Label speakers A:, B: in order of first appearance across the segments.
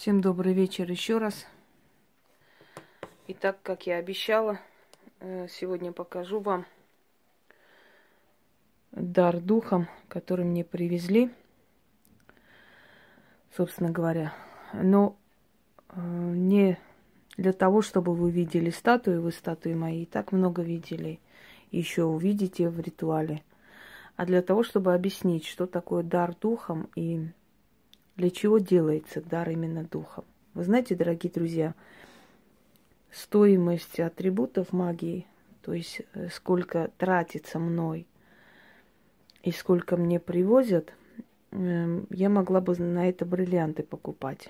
A: Всем добрый вечер еще раз. Итак, как я обещала, сегодня покажу вам дар духом, который мне привезли, собственно говоря. Но не для того, чтобы вы видели статуи, вы статуи мои и так много видели, еще увидите в ритуале, а для того, чтобы объяснить, что такое дар духом и для чего делается дар именно духом. Вы знаете, дорогие друзья, стоимость атрибутов магии, то есть сколько тратится мной и сколько мне привозят, я могла бы на это бриллианты покупать.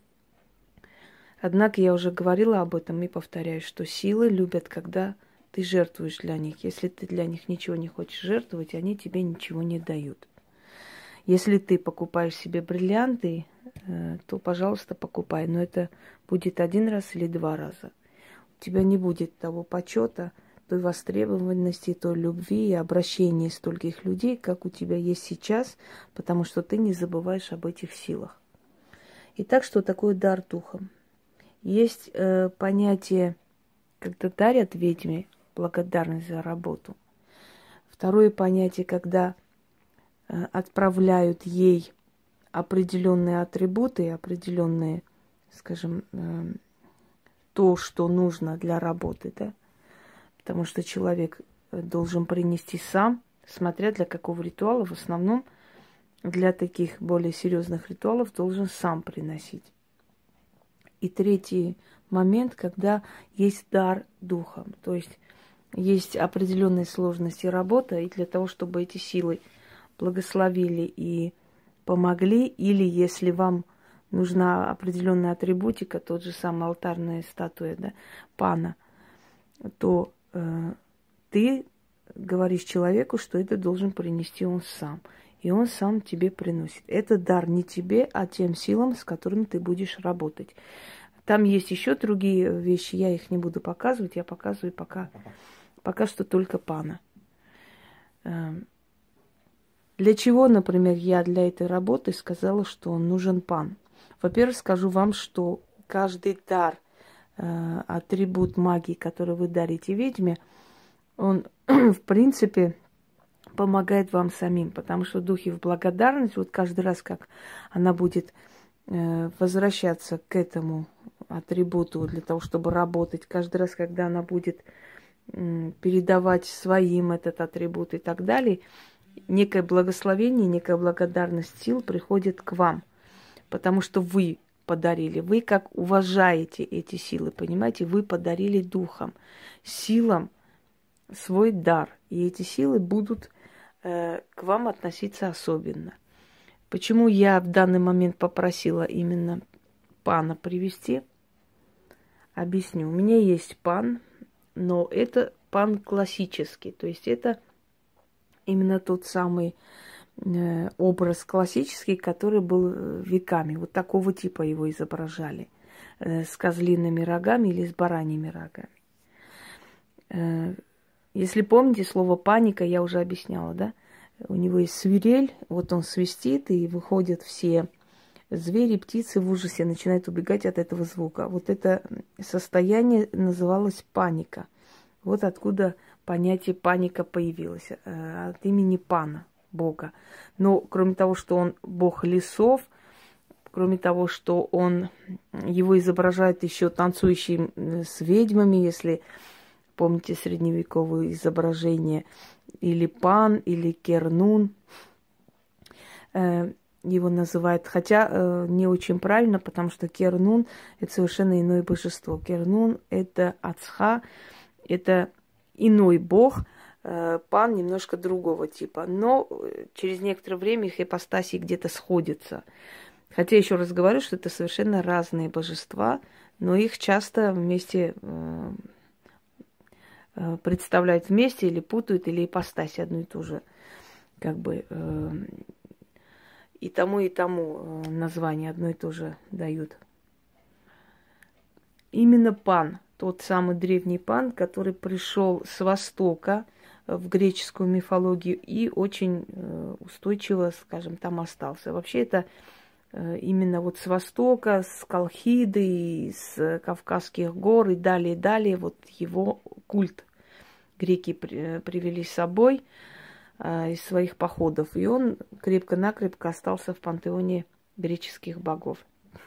A: Однако я уже говорила об этом и повторяю, что силы любят, когда ты жертвуешь для них. Если ты для них ничего не хочешь жертвовать, они тебе ничего не дают. Если ты покупаешь себе бриллианты, то, пожалуйста, покупай. Но это будет один раз или два раза. У тебя не будет того почета, той востребованности, той любви и обращения стольких людей, как у тебя есть сейчас, потому что ты не забываешь об этих силах. Итак, что такое дар духом? Есть понятие, когда дарят ведьме благодарность за работу. Второе понятие, когда отправляют ей определенные атрибуты, определенные, скажем, то, что нужно для работы, да? Потому что человек должен принести сам, смотря для какого ритуала, в основном для таких более серьезных ритуалов должен сам приносить. И третий момент, когда есть дар духом, то есть есть определенные сложности работы, и для того, чтобы эти силы благословили и помогли, или если вам нужна определенная атрибутика, тот же самый алтарная статуя, да, пана, то ты говоришь человеку, что это должен принести он сам. И он сам тебе приносит. Это дар не тебе, а тем силам, с которыми ты будешь работать. Там есть еще другие вещи, я их не буду показывать, я показываю пока что только пана. Для чего, например, я для этой работы сказала, что нужен пан? Во-первых, скажу вам, что каждый дар, атрибут магии, который вы дарите ведьме, он, в принципе, помогает вам самим, потому что духи в благодарность, вот каждый раз, как она будет возвращаться к этому атрибуту для того, чтобы работать, каждый раз, когда она будет передавать своим этот атрибут и так далее, некое благословение, некая благодарность сил приходит к вам, потому что вы подарили, вы как уважаете эти силы, понимаете, вы подарили духом, силам свой дар, и эти силы будут к вам относиться особенно. Почему я в данный момент попросила именно пана привести? Объясню. У меня есть пан, но это пан классический, то есть это именно тот самый образ классический, который был веками. Вот такого типа его изображали. С козлиными рогами или с бараньими рогами. Если помните, слово паника я уже объясняла, да? У него есть свирель, вот он свистит, и выходят все звери, птицы в ужасе, начинают убегать от этого звука. Вот это состояние называлось паника. Вот откуда понятие паника появилось, от имени Пана, Бога. Но кроме того, что он бог лесов, кроме того, что он его изображает еще танцующим с ведьмами, если помните средневековые изображения, или Пан, или Кернун его называют, хотя не очень правильно, потому что Кернун – это совершенно иное божество. Кернун – это Ацха, это иной бог, Пан немножко другого типа, но через некоторое время их ипостаси где-то сходятся. Хотя еще раз говорю, что это совершенно разные божества, но их часто вместе представляют вместе или путают, или ипостась одну и ту же, как бы и тому название одно и то же дают. Именно Пан, тот самый древний Пан, который пришел с Востока в греческую мифологию и очень устойчиво, скажем, там остался. Вообще это именно вот с востока, с Колхиды, с Кавказских гор и далее, вот его культ греки привели с собой из своих походов. И он крепко-накрепко остался в пантеоне греческих богов.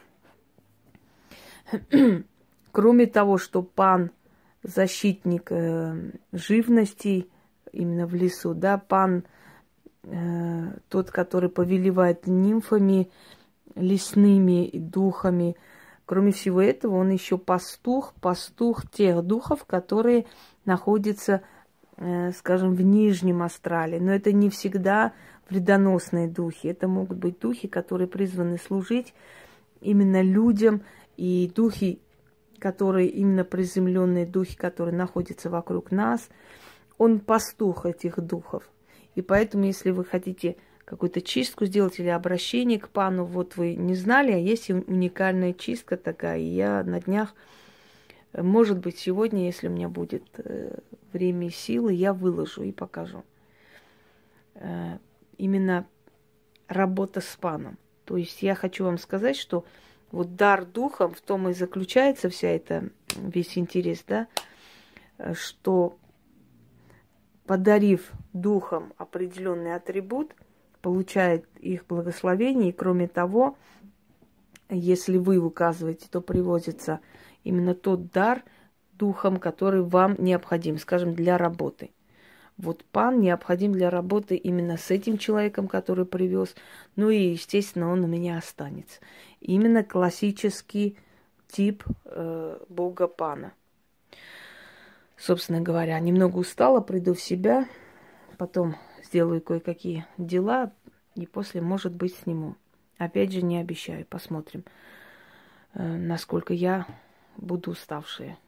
A: Кроме того, что Пан защитник живности именно в лесу, да, Пан тот, который повелевает нимфами, лесными духами. Кроме всего этого, он еще пастух тех духов, которые находятся, скажем, в нижнем астрале. Но это не всегда вредоносные духи. Это могут быть духи, которые призваны служить именно людям, и духи, которые именно приземленные духи, которые находятся вокруг нас. Он пастух этих духов. И поэтому, если вы хотите какую-то чистку сделать или обращение к Пану, вот вы не знали, а есть уникальная чистка такая. И я на днях, может быть, сегодня, если у меня будет время и силы, я выложу и покажу. Именно работа с Паном. То есть я хочу вам сказать, что вот дар духом, в том и заключается весь интерес, да, что подарив духам определенный атрибут, получает их благословение. И кроме того, если вы указываете, то привозится именно тот дар духом, который вам необходим, скажем, для работы. Вот Пан необходим для работы именно с этим человеком, который привез. Ну и, естественно, он у меня останется. Именно классический тип бога Пана. Собственно говоря, немного устала, приду в себя, потом сделаю кое-какие дела, и после, может быть, сниму. Опять же, не обещаю, посмотрим, насколько я буду уставшая.